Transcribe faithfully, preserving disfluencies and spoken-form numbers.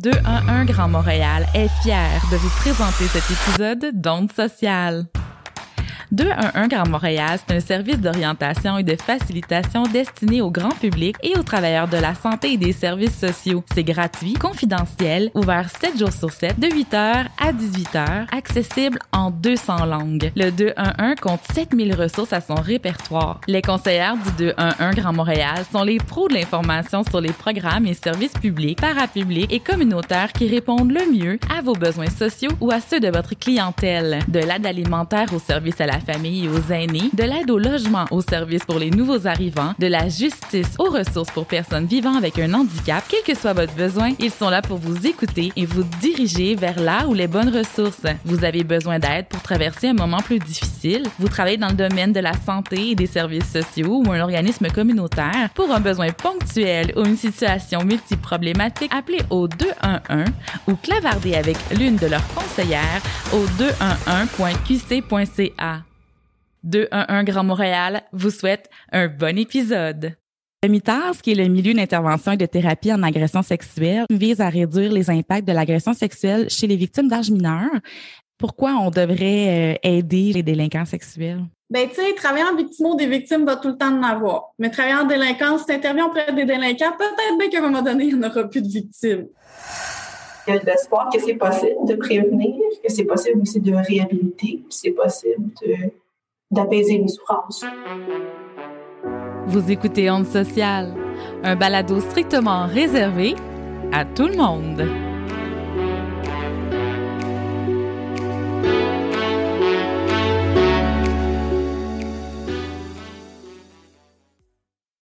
deux un un Grand Montréal est fier de vous présenter cet épisode d'Ondes sociales. deux un un Grand Montréal, c'est un service d'orientation et de facilitation destiné au grand public et aux travailleurs de la santé et des services sociaux. C'est gratuit, confidentiel, ouvert sept jours sur sept, de huit heures à dix-huit heures, accessible en deux cents langues. Le deux un un compte sept mille ressources à son répertoire. Les conseillères du deux un un Grand Montréal sont les pros de l'information sur les programmes et services publics, parapublics et communautaires qui répondent le mieux à vos besoins sociaux ou à ceux de votre clientèle. De l'aide alimentaire aux services à la famille et aux aînés, de l'aide au logement aux services pour les nouveaux arrivants, de la justice aux ressources pour personnes vivant avec un handicap, quel que soit votre besoin, ils sont là pour vous écouter et vous diriger vers là où les bonnes ressources. Vous avez besoin d'aide pour traverser un moment plus difficile, vous travaillez dans le domaine de la santé et des services sociaux ou un organisme communautaire, pour un besoin ponctuel ou une situation multiproblématique, appelez au deux un un ou clavardez avec l'une de leurs conseillères au deux un un point q c point c a. deux un un Grand Montréal vous souhaite un bon épisode. Le M I T A S, qui est le milieu d'intervention et de thérapie en agression sexuelle, vise à réduire les impacts de l'agression sexuelle chez les victimes d'âge mineur. Pourquoi on devrait aider les délinquants sexuels? Ben, tu sais, travailler en victimo des victimes va tout le temps en avoir. Mais travailler en délinquance, si tu interviens auprès des délinquants, peut-être bien qu'à un moment donné, il n'y en aura plus de victimes. Il y a de l'espoir que c'est possible de prévenir, que c'est possible aussi de réhabiliter, que c'est possible de d'apaiser les souffrances. Vous écoutez Ondes sociales, un balado strictement réservé à tout le monde.